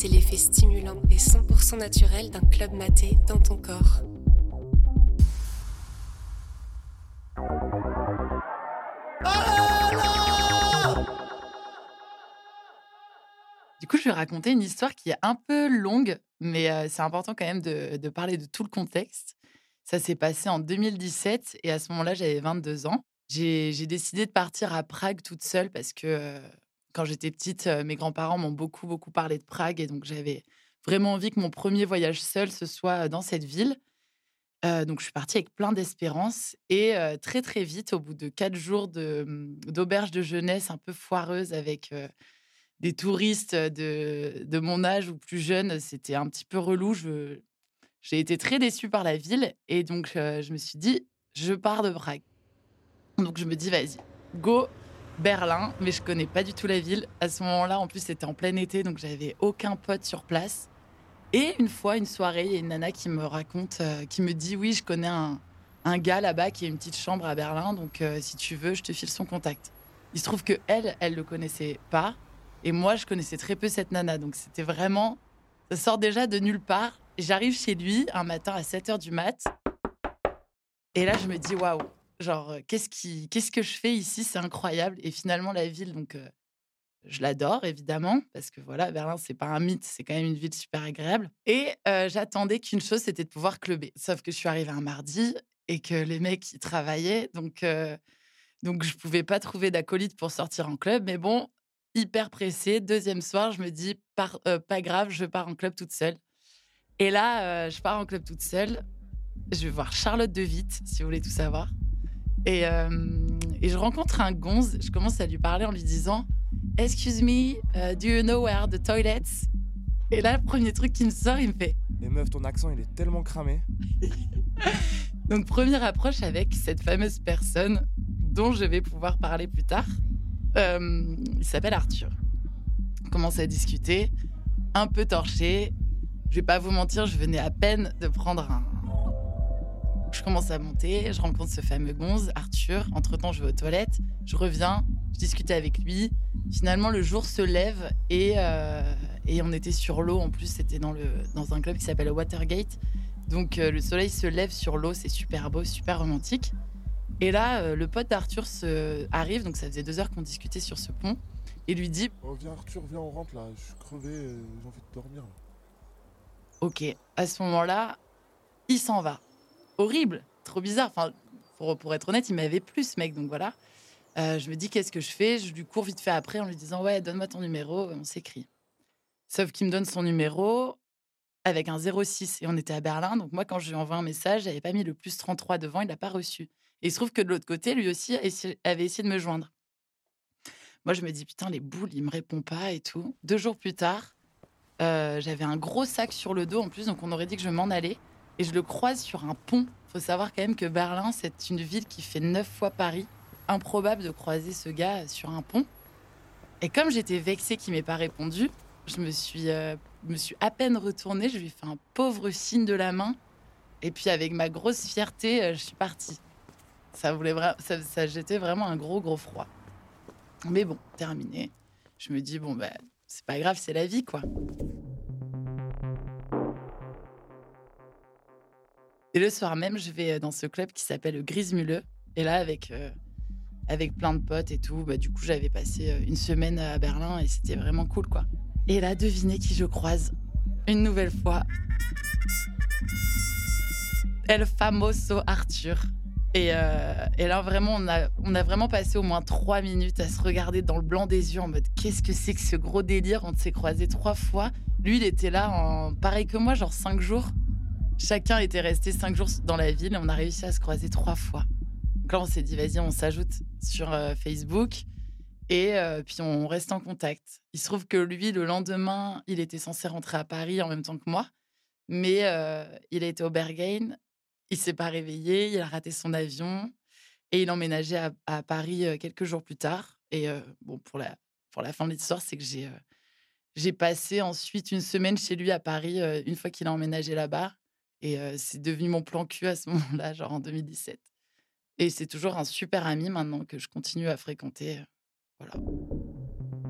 c'est l'effet stimulant et 100% naturel d'un club maté dans ton corps. Du coup, je vais raconter une histoire qui est un peu longue, mais c'est important quand même de parler de tout le contexte. Ça s'est passé en 2017 et à ce moment-là, j'avais 22 ans. J'ai décidé de partir à Prague toute seule parce que, quand j'étais petite, mes grands-parents m'ont beaucoup, beaucoup parlé de Prague et donc j'avais vraiment envie que mon premier voyage seul, ce soit, dans cette ville. Donc je suis partie avec plein d'espérance et très, très vite, au bout de 4 jours d'auberge de jeunesse un peu foireuse avec, des touristes, de mon âge ou plus jeunes, c'était un petit peu relou. J'ai été très déçue par la ville et donc je me suis dit: «Je pars de Prague». Donc je me dis: «Vas-y, go Berlin», mais je connais pas du tout la ville. À ce moment-là, en plus, c'était en plein été, donc j'avais aucun pote sur place et une fois, une soirée, il y a une nana qui me raconte, qui me dit: «Oui, je connais un gars là-bas qui a une petite chambre à Berlin, donc si tu veux, je te file son contact». Il se trouve qu'elle, elle le connaissait pas et moi, je connaissais très peu cette nana, donc c'était vraiment ça sort déjà de nulle part. J'arrive chez lui un matin à 7 heures du mat et là, je me dis: «Waouh, genre, qu'est-ce que je fais ici? C'est incroyable» et finalement la ville donc je l'adore évidemment parce que voilà, Berlin, c'est pas un mythe, c'est quand même une ville super agréable et j'attendais qu'une chose, c'était de pouvoir clubber. Sauf que je suis arrivée un mardi et que les mecs, ils travaillaient donc je pouvais pas trouver d'acolyte pour sortir en club mais bon, hyper pressée, 2e soir, je me dis: Pas grave, je pars en club toute seule» et là, je pars en club toute seule. Je vais voir Charlotte de Witt, si vous voulez tout savoir et je rencontre un gonze. Je commence à lui parler en lui disant: «Excuse me, do you know where are the toilets?» Et là, le 1er truc qui me sort, il me fait Mais meuf, ton accent, il est tellement cramé. donc première approche avec cette fameuse personne dont je vais pouvoir parler plus tard. Il s'appelle Arthur. On commence à discuter, un peu torché. Je vais pas vous mentir, je venais à peine de prendre un je commence à monter, je rencontre ce fameux gonze, Arthur. Entre-temps, je vais aux toilettes, je reviens, je discute avec lui. Finalement, le jour se lève et on était sur l'eau. En plus, c'était dans un club qui s'appelle le Watergate. Donc, le soleil se lève sur l'eau, c'est super beau, super romantique. Et là, le pote d'Arthur arrive, donc ça faisait 2 heures qu'on discutait sur ce pont, et lui dit: Oh, viens Arthur, viens, on rentre là. Je suis crevé, j'ai envie de dormir là. «OK». À ce moment-là, il s'en va. Horrible, trop bizarre. Enfin, pour être honnête, il m'avait plu ce mec, donc voilà. Je me dis: «Qu'est-ce que je fais?» Je lui cours vite fait après en lui disant: «Ouais, donne-moi ton numéro, on s'écrit». Sauf qu'il me donne son numéro avec un 06 et on était à Berlin, donc moi, quand je lui envoie un message, j'avais pas mis le +33 devant, il l'a pas reçu et il se trouve que de l'autre côté, lui aussi avait essayé de me joindre. Moi, je me dis: «Putain, les boules, il me répond pas et tout». 2 jours plus tard, j'avais un gros sac sur le dos en plus, donc on aurait dit que je m'en allais et je le croise sur un pont. Faut savoir quand même que Berlin, c'est une ville qui fait 9 fois Paris. Improbable de croiser ce gars sur un pont et comme j'étais vexée qu'il m'ait pas répondu, je me suis à peine retournée, je lui ai fait un pauvre signe de la main et puis avec ma grosse fierté, je suis partie. Ça jetait vraiment un gros, gros froid. Mais bon, terminé. Je me dis: «Bon, bah, c'est pas grave, c'est la vie, quoi». Et le soir même, je vais, dans ce club qui s'appelle le Grismühle et là avec plein de potes et tout, bah, du coup, j'avais passé, une semaine à Berlin et c'était vraiment cool, quoi. Et là, devinez qui je croise? Une nouvelle fois, El famoso Arthur et là, vraiment, on a vraiment passé au moins 3 minutes à se regarder dans le blanc des yeux en mode: «Qu'est-ce que c'est que ce gros délire?» On s'est croisés 3 fois. Lui, il était là en pareil que moi, genre 5 jours. Chacun était resté 5 jours dans la ville et on a réussi à se croiser 3 fois. Donc là, on s'est dit: «Vas-y, on s'ajoute sur, Facebook et puis on reste en contact». Il se trouve que lui, le lendemain, il était censé rentrer à Paris en même temps que moi, mais il a été au Berghain, il s'est pas réveillé, il a raté son avion et il a emménagé à Paris, quelques jours plus tard et bon, pour la fin de l'histoire, c'est que j'ai passé ensuite une semaine chez lui à Paris, une fois qu'il a emménagé là-bas et c'est devenu mon plan cul à ce moment-là, genre en 2017. Et c'est toujours un super ami maintenant que je continue à fréquenter, voilà.